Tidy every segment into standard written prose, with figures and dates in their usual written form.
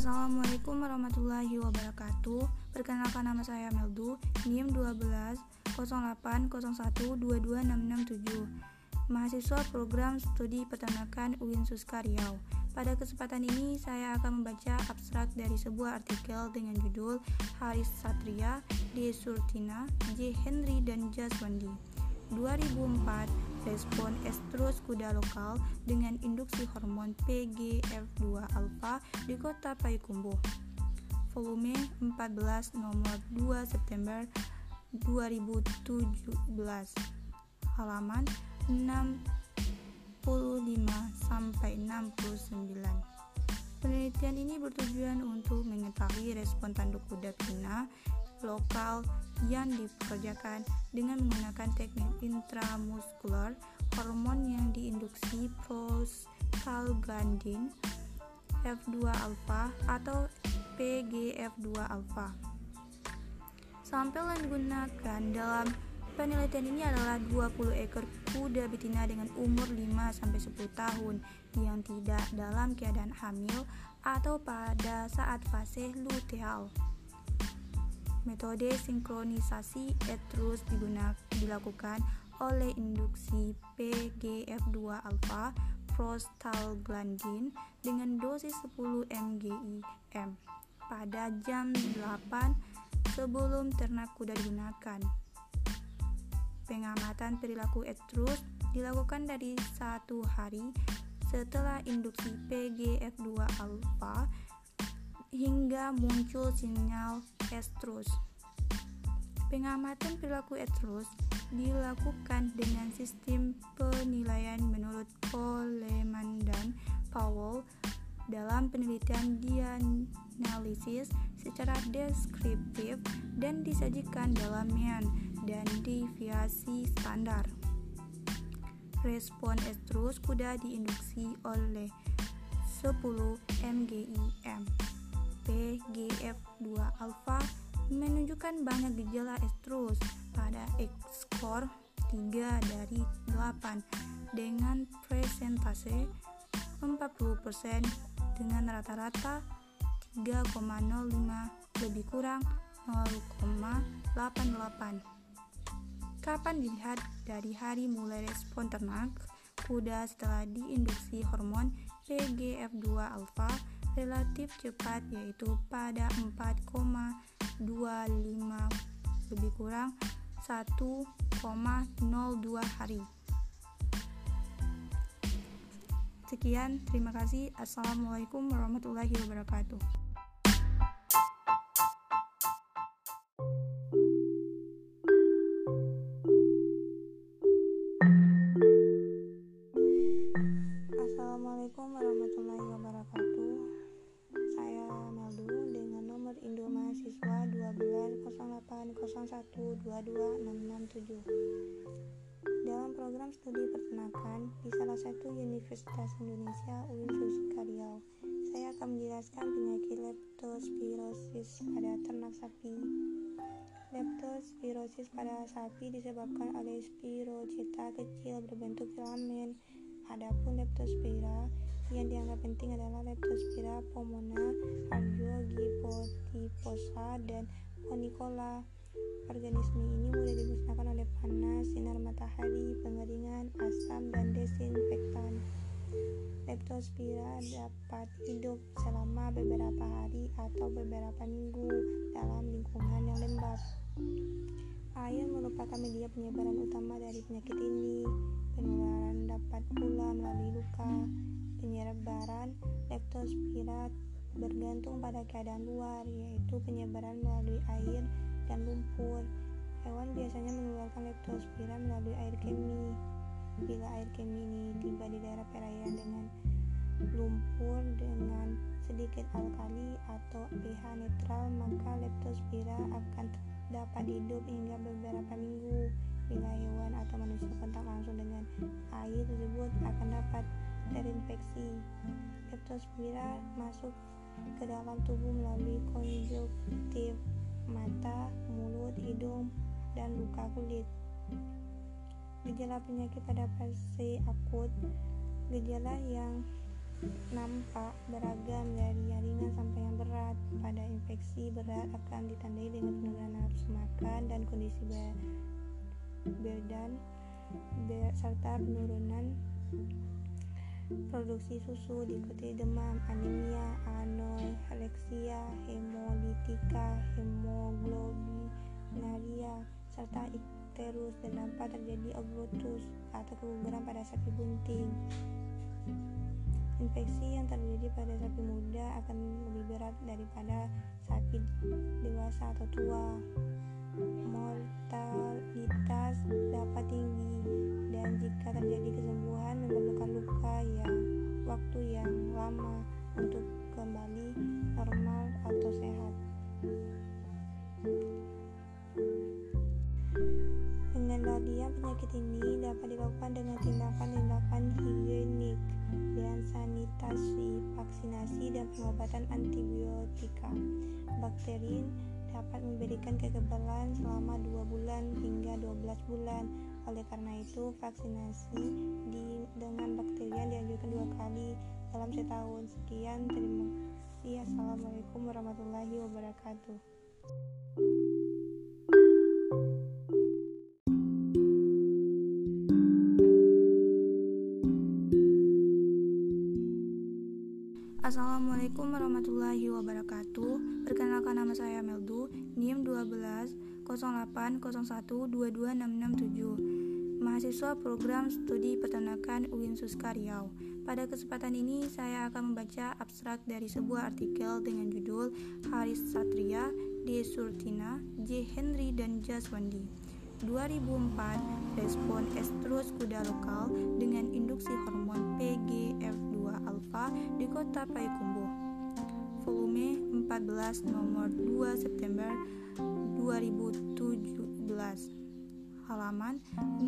Assalamualaikum warahmatullahi wabarakatuh. Perkenalkan, nama saya Meldu, NIM 120801226667, mahasiswa program studi peternakan UIN Suska Riau. Pada kesempatan ini saya akan membaca abstrak dari sebuah artikel dengan judul Haris Satria, D. Surtina, J. Henry, dan Jaswandi. 2004, respon estrus kuda lokal dengan induksi hormon PGF2 alfa di kota Payakumbuh. Volume 14, nomor 2 September 2017, halaman 65-69. Penelitian ini bertujuan untuk mengetahui respon tanduk kuda Pina lokal yang dipekerjakan dengan menggunakan teknik intramuskular hormon yang diinduksi prostaglandin F2 alfa atau PGF2 alfa. Sampel yang digunakan dalam penelitian ini adalah 20 ekor kuda betina dengan umur 5-10 tahun yang tidak dalam keadaan hamil atau pada saat fase luteal. Metode sinkronisasi etrus dilakukan oleh induksi PGF2 alfa prostaglandin dengan dosis 10 mg/m pada jam 8 sebelum ternak kuda digunakan. Pengamatan perilaku etrus dilakukan dari 1 hari setelah induksi PGF2 alfa hingga muncul sinyal estrus. Pengamatan perilaku etrus dilakukan dengan sistem penilaian menurut Coleman dan Powell. Dalam penelitian dianalisis secara deskriptif dan disajikan dalam mean dan deviasi standar. Respon estrus kuda diinduksi oleh 10 mg/m. PGF2 alfa menunjukkan banyak gejala estrus pada X-score 3 dari 8 dengan presentase 40% dengan rata-rata 3,05 lebih kurang 0,88. Kapan dilihat? Dari hari mulai respon ternak kuda setelah diinduksi hormon PGF2 alfa relatif cepat, yaitu pada 4,25 lebih kurang 1,02 hari. Sekian, terima kasih. Assalamualaikum warahmatullahi wabarakatuh. Assalamualaikum warahmatullahi wabarakatuh. Saya Meldu dengan nomor induk mahasiswa 120801226667 dalam program studi peternakan di salah satu Universitas Indonesia UIN Suska Riau. Saya akan menjelaskan penyakit leptospirosis pada ternak sapi. Leptospirosis pada sapi disebabkan oleh spiroceta kecil berbentuk filamen. Adapun leptospira yang dianggap penting adalah Leptospira pomona, Argiogyphotyposa, dan Onicola. Organisme ini mudah dimusnahkan oleh panas, sinar matahari, pengeringan, asam, dan desinfektan. Leptospira dapat hidup selama beberapa hari atau beberapa minggu dalam lingkungan yang lembab. Air merupakan media penyebaran utama dari penyakit ini. Penularan dapat pula melalui luka. Penyebaran leptospira bergantung pada keadaan luar, yaitu penyebaran melalui air dan lumpur. Hewan biasanya mengeluarkan leptospira melalui air kemi. Bila air kemi ini tiba di daerah perairan dengan lumpur dengan sedikit alkali atau pH netral, maka leptospira akan dapat hidup hingga beberapa minggu. Bila hewan atau manusia kontak langsung dengan air tersebut akan dapat terinfeksi. Leptospira masuk ke dalam tubuh melalui konjungtif mata, mulut, hidung, dan luka kulit. Gejala penyakit pada fase akut. Gejala yang nampak beragam dari yang ringan sampai yang berat. Pada infeksi berat akan ditandai dengan penurunan nafsu makan dan kondisi badan serta penurunan produksi susu, diikuti demam, anemia, anoreksia, hemolitika, hemoglobinaria, serta ikterus, dan dapat terjadi abortus atau keguguran pada sapi bunting. Infeksi yang terjadi pada sapi muda akan lebih berat daripada sapi dewasa atau tua. Mortalitas dapat tinggi, dan jika terjadi kesembuhan memerlukan waktu yang lama untuk kembali normal atau sehat. Pengendalian penyakit ini dapat dilakukan dengan tindakan-tindakan higienik dan sanitasi, vaksinasi, dan pengobatan antibiotika. Bakteri dapat memberikan kekebalan selama 2 bulan hingga 12 bulan. Oleh karena itu, vaksinasi dengan bakteri dianjurkan 2 kali dalam setahun. Sekian, terima kasih. Assalamualaikum warahmatullahi wabarakatuh. Assalamualaikum warahmatullahi wabarakatuh. Perkenalkan, nama saya Meldu, NIM 120801226667, mahasiswa program studi peternakan UIN Suska Riau. Pada kesempatan ini saya akan membaca abstrak dari sebuah artikel dengan judul Haris Satria, D. Surtina, J. Henry, dan Jaswandi. 2004, respon estrus kuda lokal dengan induksi hormon PGF2-alfa di kota Payakumbuh. Volume 14 nomor 2 September 2017. Halaman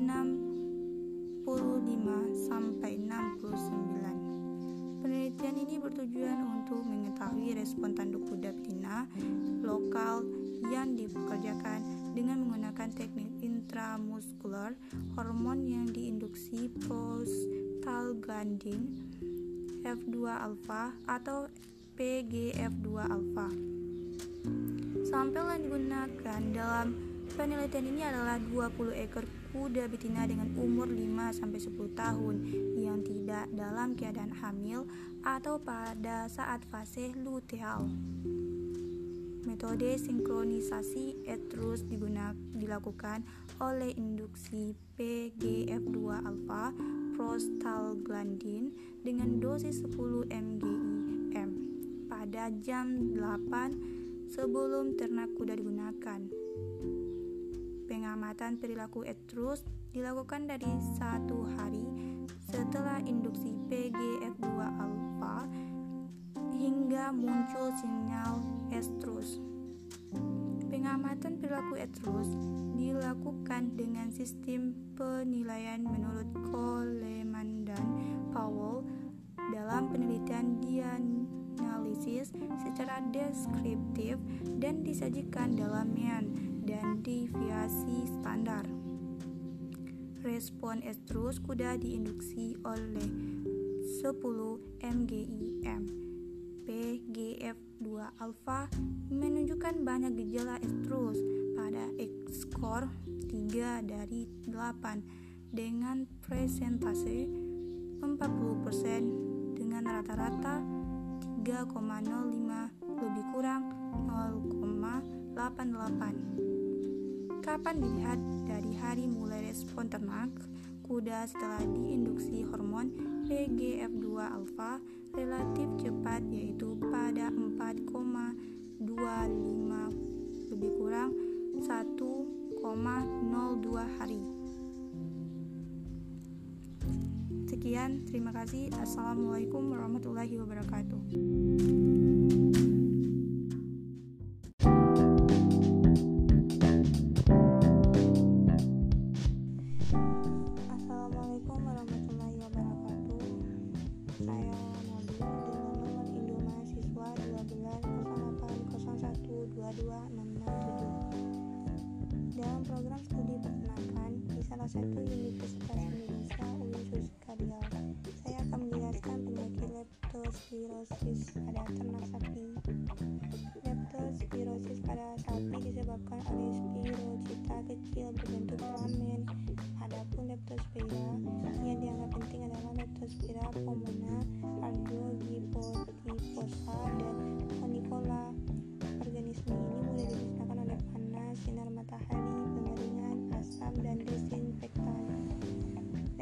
65-69. Penelitian ini bertujuan untuk mengetahui respon tanduk kuda betina lokal yang dipekerjakan dengan menggunakan teknik intramuskular hormon yang diinduksi prostaglandin F2-alfa atau PGF2-alfa. Sampel yang digunakan dalam penelitian ini adalah 20 ekor kuda betina dengan umur 5-10 tahun yang tidak dalam keadaan hamil atau pada saat fase luteal. Metode sinkronisasi etrus dilakukan oleh induksi PGF2-alfa prostaglandin dengan dosis 10 mg/m pada jam 8 sebelum ternak kuda digunakan. Pengamatan perilaku etrus dilakukan dari 1 hari setelah induksi PGF2-alfa hingga muncul sinyal estrus. Pengamatan perilaku etrus dilakukan dengan sistem penilaian menurut Coleman dan Powell. Dalam penelitian dianalisis secara deskriptif dan disajikan dalam mean dan deviasi standar. Respon estrus kuda diinduksi oleh 10 mg/m. PGF2-alfa menunjukkan banyak gejala estrus pada skor 3 dari 8 dengan presentase 40% dengan rata-rata 3,05 lebih kurang 0,88. Kapan dilihat dari hari mulai respon ternak kuda setelah diinduksi hormon PGF2-alfa relatif cepat, yaitu pada 4,25 lebih kurang 1,02 hari. Sekian, terima kasih. Assalamualaikum warahmatullahi wabarakatuh. Assalamualaikum warahmatullahi wabarakatuh. Saya Nabi dengan nomor induk mahasiswa 120801226667 dalam program studi peternakan di salah satu universitas Indonesia UIN Suska Riau. Saya akan menjelaskan penyakit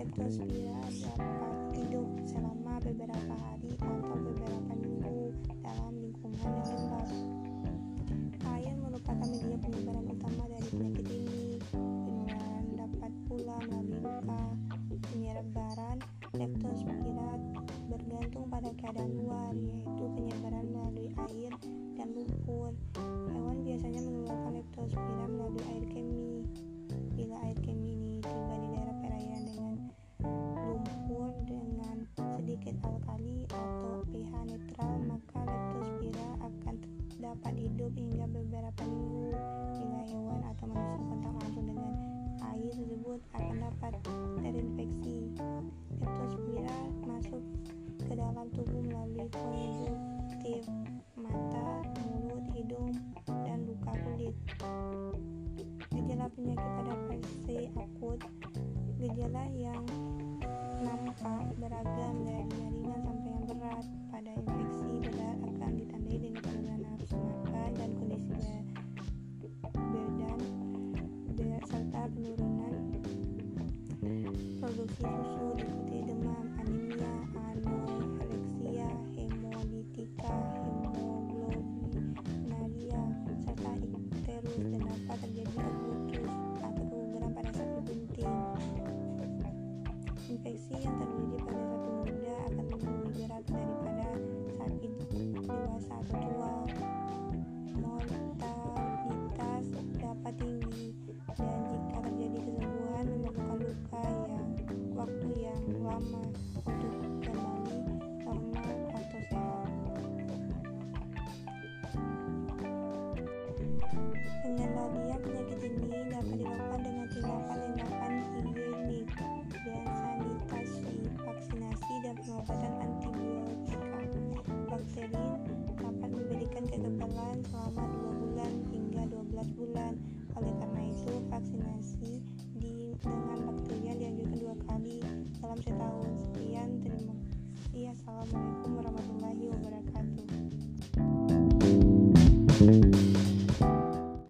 Leptospira dapat hidup selama beberapa hari atau beberapa minggu dalam lingkungan yang lembab. Air merupakan media penyebaran utama dari penyakit ini. Penularan dapat pula melalui luka. Penyebaran Leptospira bergantung pada keadaan luar, yaitu penyebaran melalui air dan lumpur. Hewan biasanya menularkan Leptospira melalui air kemi. Bila air kemi ini tiba di daerah perairan dengan lumpur dengan sedikit alkali atau pH netral, maka Leptospira akan dapat hidup hingga beberapa minggu. Bila hewan atau manusia kontak langsung dengan air tersebut akan dapat terinfeksi. Leptospira masuk ke dalam tubuh melalui konjungtif mata, mulut, hidung, dan luka kulit. Gejala penyakit pada fase akut. Gejala yang nampak beragam dari yang ringan sampai yang berat. Pada infeksi berat akan ditandai dengan penurunan nafsu makan dan kondisi badan serta penurunan produksi susu, diikuti demam, anemia, anoreksia, hemolitika, hemoglobinaria, serta ikterus, dan dapat terjadi abortus atau keguguran pada sapi bunting. Infeksi yang terjadi pada sapi muda akan lebih berat daripada sapi dewasa atau tua. Mortalitas dapat tinggi, dan jika terjadi kesembuhan memerlukan luka yang waktu yang lama untuk kembali normal atau sehat. Pengendalian penyakit ini dapat dilakukan dengan tindakan-tindakan higienik dan sanitasi, vaksinasi, dan pengobatan antibiotika. Bakteri dapat memberikan kekebalan selama 2 bulan hingga 12 bulan. Oleh karena itu, vaksinasi dengan bakteri dianjurkan 2 kali dalam setahun. Sekian, terima kasih. Assalamualaikum.